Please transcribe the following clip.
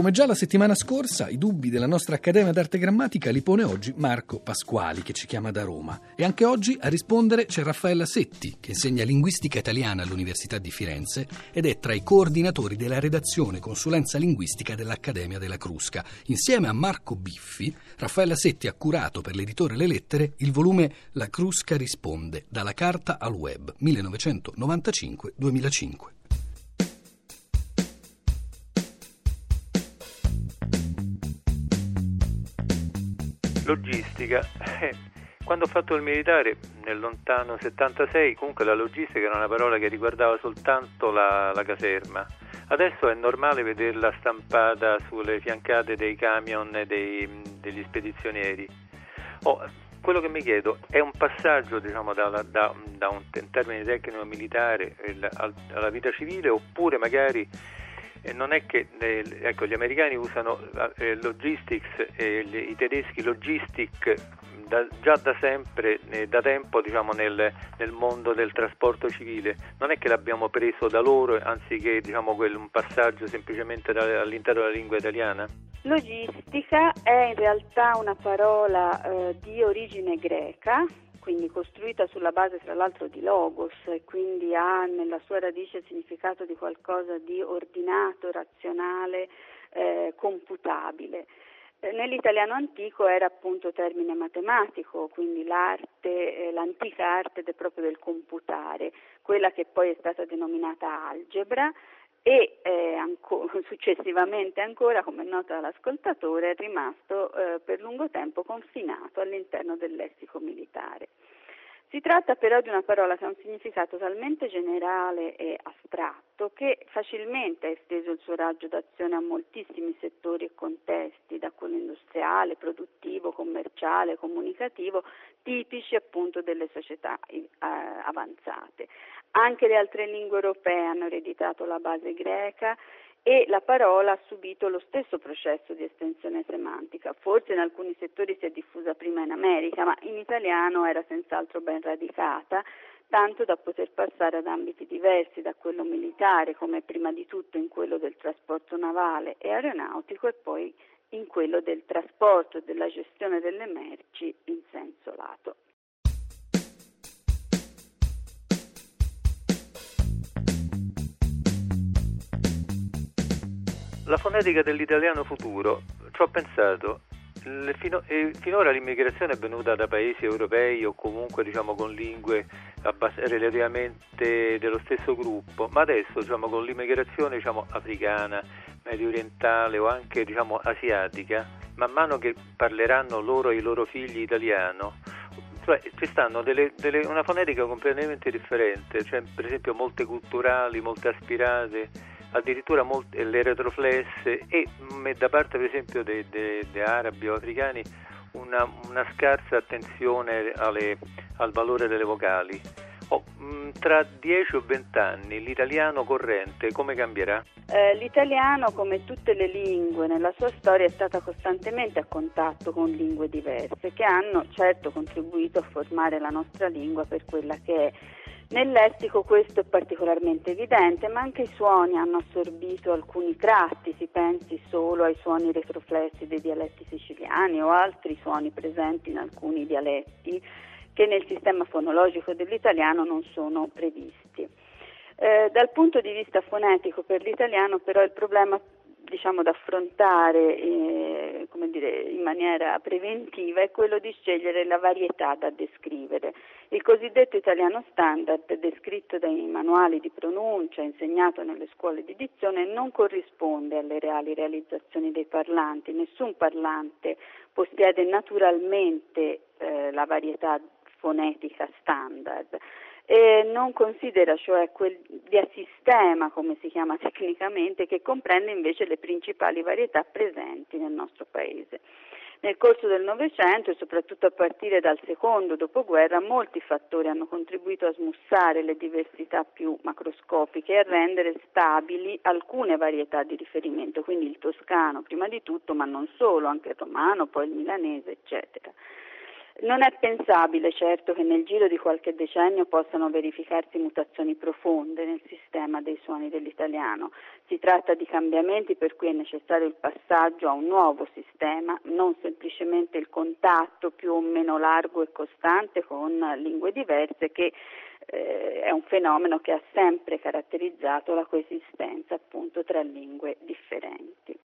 Come già la settimana scorsa, i dubbi della nostra Accademia d'Arte Grammatica li pone oggi Marco Pasquali, che ci chiama da Roma. E anche oggi a rispondere c'è Raffaella Setti, che insegna linguistica italiana all'Università di Firenze ed è tra i coordinatori della redazione consulenza linguistica dell'Accademia della Crusca. Insieme a Marco Biffi, Raffaella Setti ha curato per l'editore Le Lettere il volume La Crusca risponde, dalla carta al web, 1995-2005. Logistica. Quando ho fatto il militare nel lontano 76, comunque la logistica era una parola che riguardava soltanto la caserma. Adesso è normale vederla stampata sulle fiancate dei camion e degli spedizionieri. Quello che mi chiedo è un passaggio, diciamo, da un termine tecnico militare alla vita civile, oppure magari non è che gli americani usano logistics e i tedeschi logistic già da sempre, da tempo, diciamo, nel mondo del trasporto civile. Non è che l'abbiamo preso da loro anziché, diciamo, un passaggio semplicemente all'interno della lingua italiana? Logistica è in realtà una parola di origine greca, quindi costruita sulla base tra l'altro di logos, e quindi ha nella sua radice il significato di qualcosa di ordinato, razionale, computabile. Nell'italiano antico era appunto termine matematico, quindi l'antica arte proprio del computare, quella che poi è stata denominata algebra e successivamente ancora, come è noto all'ascoltatore, è rimasto per lungo tempo confinato all'interno del lessico militare. Si tratta però di una parola che ha un significato talmente generale e astratto che facilmente ha esteso il suo raggio d'azione a moltissimi settori e contesti, da quello industriale, produttivo, commerciale, comunicativo, tipici appunto delle società avanzate. Anche le altre lingue europee hanno ereditato la base greca e la parola ha subito lo stesso processo di estensione semantica. Forse in alcuni settori si è diffusa prima in America, ma in italiano era senz'altro ben radicata, tanto da poter passare ad ambiti diversi, da quello militare, come prima di tutto in quello del trasporto navale e aeronautico, e poi in quello del trasporto e della gestione delle merci in senso lato. La fonetica dell'italiano futuro, ci ho pensato, finora l'immigrazione è venuta da paesi europei o comunque, diciamo, con lingue relativamente dello stesso gruppo, ma adesso, diciamo, con l'immigrazione, diciamo, africana, medio orientale o anche, diciamo, asiatica, man mano che parleranno loro e i loro figli italiano, cioè ci stanno una fonetica completamente differente, cioè per esempio molte culturali, molte aspirate, addirittura le retroflesse e da parte per esempio dei arabi o africani una scarsa attenzione al valore delle vocali. Tra 10 o 20 anni l'italiano corrente come cambierà? L'italiano, come tutte le lingue nella sua storia, è stata costantemente a contatto con lingue diverse che hanno certo contribuito a formare la nostra lingua per quella che è. Nel lessico questo è particolarmente evidente, ma anche i suoni hanno assorbito alcuni tratti, si pensi solo ai suoni retroflessi dei dialetti siciliani o altri suoni presenti in alcuni dialetti che nel sistema fonologico dell'italiano non sono previsti. Dal punto di vista fonetico per l'italiano però il problema, diciamo, da affrontare in maniera preventiva è quello di scegliere la varietà da descrivere. Il cosiddetto italiano standard, descritto dai manuali di pronuncia, insegnato nelle scuole di dizione, non corrisponde alle reali realizzazioni dei parlanti. Nessun parlante possiede naturalmente la varietà fonetica standard. Non considera cioè quel diasistema, come si chiama tecnicamente, che comprende invece le principali varietà presenti nel nostro paese. Nel corso del Novecento e soprattutto a partire dal secondo dopoguerra molti fattori hanno contribuito a smussare le diversità più macroscopiche e a rendere stabili alcune varietà di riferimento, quindi il toscano prima di tutto, ma non solo, anche il romano, poi il milanese, eccetera. Non è pensabile certo che nel giro di qualche decennio possano verificarsi mutazioni profonde nel sistema dei suoni dell'italiano. Si tratta di cambiamenti per cui è necessario il passaggio a un nuovo sistema, non semplicemente il contatto più o meno largo e costante con lingue diverse, che è un fenomeno che ha sempre caratterizzato la coesistenza appunto tra lingue differenti.